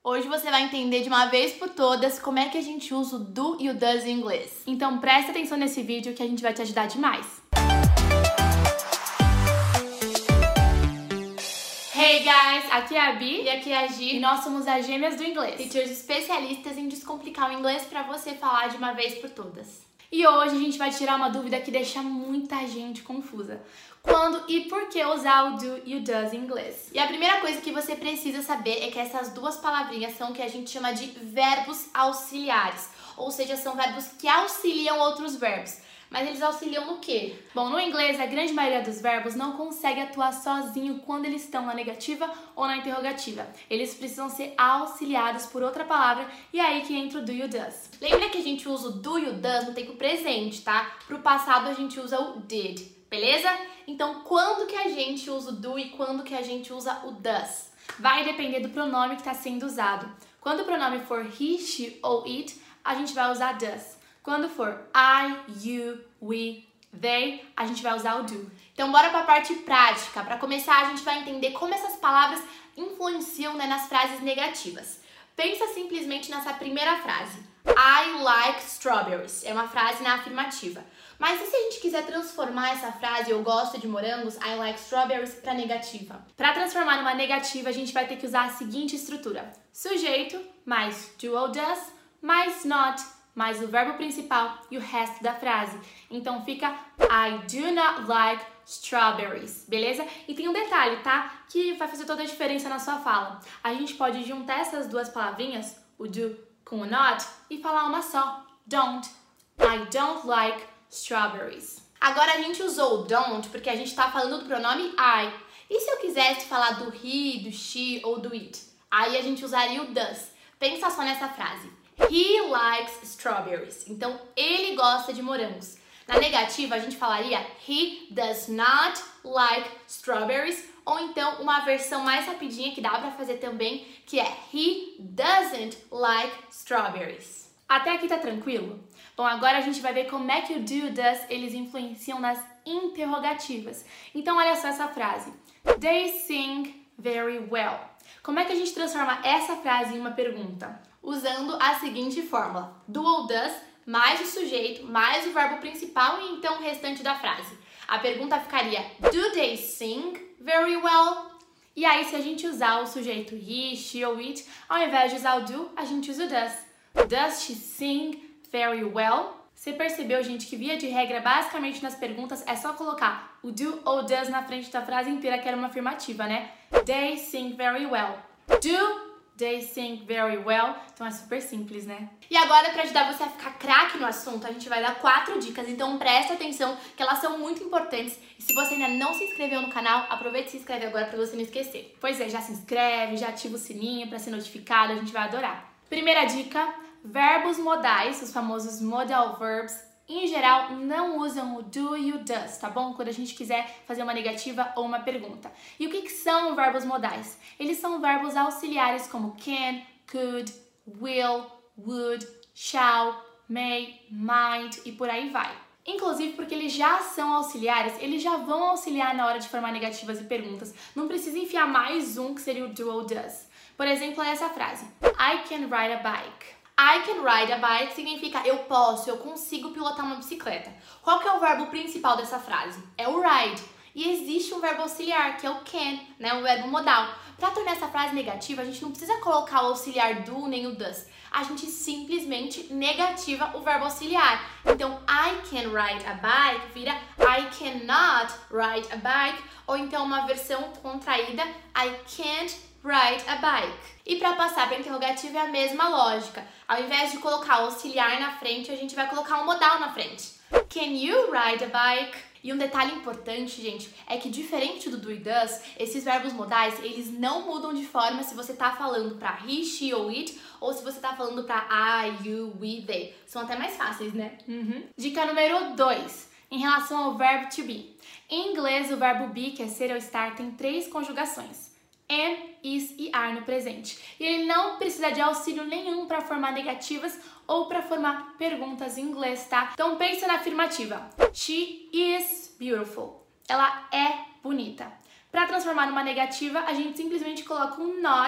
Hoje você vai entender de uma vez por todas como é que a gente usa o do e o does em inglês. Então presta atenção nesse vídeo que a gente vai te ajudar demais. Hey guys, aqui é a Bi e aqui é a Gi e nós somos as gêmeas do inglês. Teachers especialistas em descomplicar o inglês para você falar de uma vez por todas. E hoje a gente vai tirar uma dúvida que deixa muita gente confusa. Quando e por que usar o do e o does em inglês? E a primeira coisa que você precisa saber é que essas duas palavrinhas são o que a gente chama de verbos auxiliares. Ou seja, são verbos que auxiliam outros verbos. Mas eles auxiliam no quê? Bom, no inglês, a grande maioria dos verbos não consegue atuar sozinho quando eles estão na negativa ou na interrogativa. Eles precisam ser auxiliados por outra palavra e é aí que entra o do e o does. Lembra que a gente usa o do e o does no tempo presente, tá? Pro passado a gente usa o did, beleza? Então, quando que a gente usa o do e quando que a gente usa o does? Vai depender do pronome que está sendo usado. Quando o pronome for he, she ou it, a gente vai usar does. Quando for I, you, we, they, a gente vai usar o do. Então bora para a parte prática. Para começar, a gente vai entender como essas palavras influenciam, nas frases negativas. Pensa simplesmente nessa primeira frase. I like strawberries. É uma frase na afirmativa. Mas e se a gente quiser transformar essa frase, eu gosto de morangos, I like strawberries, para negativa? Para transformar numa negativa, a gente vai ter que usar a seguinte estrutura. Sujeito, mais do ou does, mais not, mais o verbo principal e o resto da frase. Então fica I do not like strawberries, beleza? E tem um detalhe, tá? Que vai fazer toda a diferença na sua fala. A gente pode juntar essas duas palavrinhas, o do com o not, e falar uma só, don't. I don't like strawberries. Agora a gente usou o don't porque a gente tá falando do pronome I. E se eu quisesse falar do he, do she ou do it? Aí a gente usaria o does. Pensa só nessa frase. He likes strawberries. Então, ele gosta de morangos. Na negativa, a gente falaria he does not like strawberries. Ou então, uma versão mais rapidinha que dá pra fazer também, que é he doesn't like strawberries. Até aqui tá tranquilo? Bom, agora a gente vai ver como é que o do e o does, eles influenciam nas interrogativas. Então, olha só essa frase. They sing very well. Como é que a gente transforma essa frase em uma pergunta? Usando a seguinte fórmula. Do ou does, mais o sujeito, mais o verbo principal e então o restante da frase. A pergunta ficaria, do they sing very well? E aí, se a gente usar o sujeito he, she ou it, ao invés de usar o do, a gente usa o does. Does she sing very well? Você percebeu, gente, que via de regra, basicamente nas perguntas, é só colocar o do ou does na frente da frase inteira, que era uma afirmativa, né? They sing very well. Do they sing very well. Então é super simples, né? E agora, para ajudar você a ficar craque no assunto, a gente vai dar 4 dicas. Então presta atenção, que elas são muito importantes. E se você ainda não se inscreveu no canal, aproveita e se inscreve agora para você não esquecer. Pois é, já se inscreve, já ativa o sininho para ser notificado, a gente vai adorar. Primeira dica, verbos modais, os famosos modal verbs, em geral, não usam o do e o does, tá bom? Quando a gente quiser fazer uma negativa ou uma pergunta. E o que são verbos modais? Eles são verbos auxiliares como can, could, will, would, shall, may, might e por aí vai. Inclusive porque eles já são auxiliares, eles já vão auxiliar na hora de formar negativas e perguntas. Não precisa enfiar mais um que seria o do ou does. Por exemplo, essa frase. I can ride a bike. I can ride a bike significa eu posso, eu consigo pilotar uma bicicleta. Qual que é o verbo principal dessa frase? É o ride. E existe um verbo auxiliar, que é o can, né? Um verbo modal. Para tornar essa frase negativa, a gente não precisa colocar o auxiliar do nem o does. A gente simplesmente negativa o verbo auxiliar. Então, I can ride a bike vira I cannot ride a bike. Ou então uma versão contraída, I can't ride a bike. E para passar para a interrogativa é a mesma lógica. Ao invés de colocar o auxiliar na frente, a gente vai colocar um modal na frente. Can you ride a bike? E um detalhe importante, gente, é que diferente do do e does, esses verbos modais, eles não mudam de forma se você tá falando para he, she ou it, ou se você tá falando para I, you, we, they. São até mais fáceis, né? Dica número 2, em relação ao verbo to be. Em inglês, o verbo be, que é ser ou estar, tem 3 conjugações. Am, is e are no presente. E ele não precisa de auxílio nenhum para formar negativas ou para formar perguntas em inglês, tá? Então pensa na afirmativa. She is beautiful. Ela é bonita. Para transformar numa negativa, a gente simplesmente coloca um not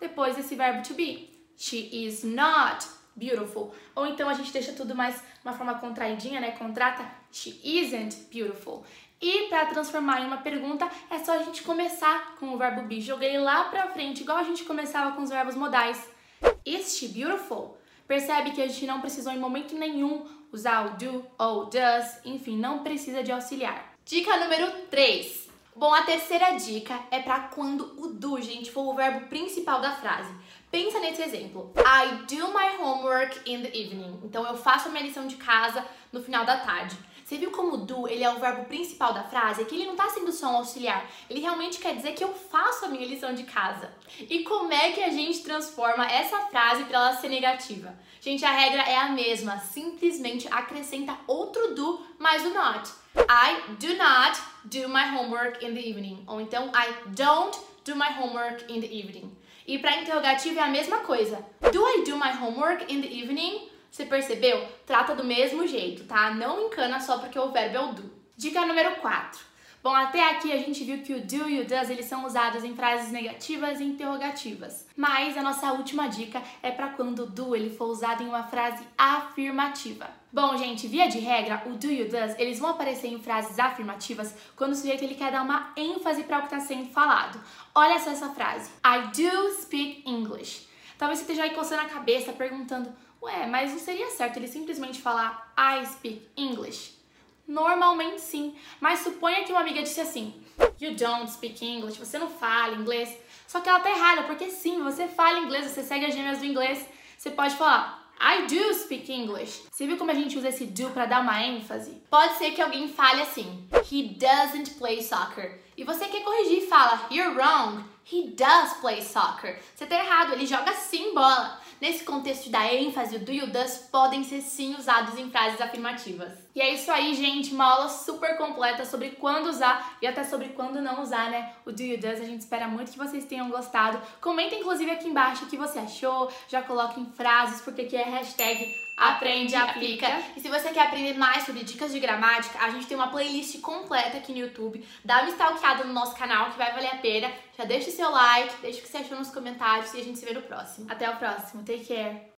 depois desse verbo to be. She is not beautiful. Ou então a gente deixa tudo mais uma forma contraidinha, né? Contrata. She isn't beautiful. E para transformar em uma pergunta, é só a gente começar com o verbo be. Joguei lá pra frente, igual a gente começava com os verbos modais. Is she beautiful? Percebe que a gente não precisou em momento nenhum usar o do ou does, enfim, não precisa de auxiliar. Dica número 3. Bom, a terceira dica é para quando o do, gente, for o verbo principal da frase. Pensa nesse exemplo. I do my homework in the evening. Então, eu faço a minha lição de casa no final da tarde. Você viu como o do, ele é o verbo principal da frase? É que ele não tá sendo só um auxiliar. Ele realmente quer dizer que eu faço a minha lição de casa. E como é que a gente transforma essa frase para ela ser negativa? Gente, a regra é a mesma. Simplesmente acrescenta outro do mais o not. I do not do my homework in the evening. Ou então, I don't do my homework in the evening. E para interrogativo é a mesma coisa. Do I do my homework in the evening? Você percebeu? Trata do mesmo jeito, tá? Não encana só porque o verbo é o do. Dica número 4. Bom, até aqui a gente viu que o do e o does, eles são usados em frases negativas e interrogativas. Mas a nossa última dica é para quando o do ele for usado em uma frase afirmativa. Bom, gente, via de regra, o do e o does, eles vão aparecer em frases afirmativas quando o sujeito ele quer dar uma ênfase para o que está sendo falado. Olha só essa frase. I do speak English. Talvez você esteja aí coçando a cabeça, perguntando, ué, mas não seria certo ele simplesmente falar I speak English? Normalmente sim, mas suponha que uma amiga disse assim, you don't speak English, você não fala inglês. Só que ela tá errada, porque sim, você fala inglês, você segue as gêmeas do inglês, você pode falar I do speak English. Você viu como a gente usa esse do pra dar uma ênfase? Pode ser que alguém fale assim, he doesn't play soccer. E você quer corrigir e fala, you're wrong, he does play soccer. Você tá errado, ele joga sim bola. Nesse contexto de dar ênfase, o do e o does podem ser sim usados em frases afirmativas. E é isso aí, gente, uma aula super completa sobre quando usar e até sobre quando não usar, né? O do e o does, a gente espera muito que vocês tenham gostado. Comenta inclusive aqui embaixo o que você achou, já coloca em frases, porque aqui é hashtag Aprende e Aplica. E se você quer aprender mais sobre dicas de gramática, a gente tem uma playlist completa aqui no YouTube. Dá uma stalkeada no nosso canal que vai valer a pena. Já deixa o seu like, deixa o que você achou nos comentários e a gente se vê no próximo. Até o próximo. Take care.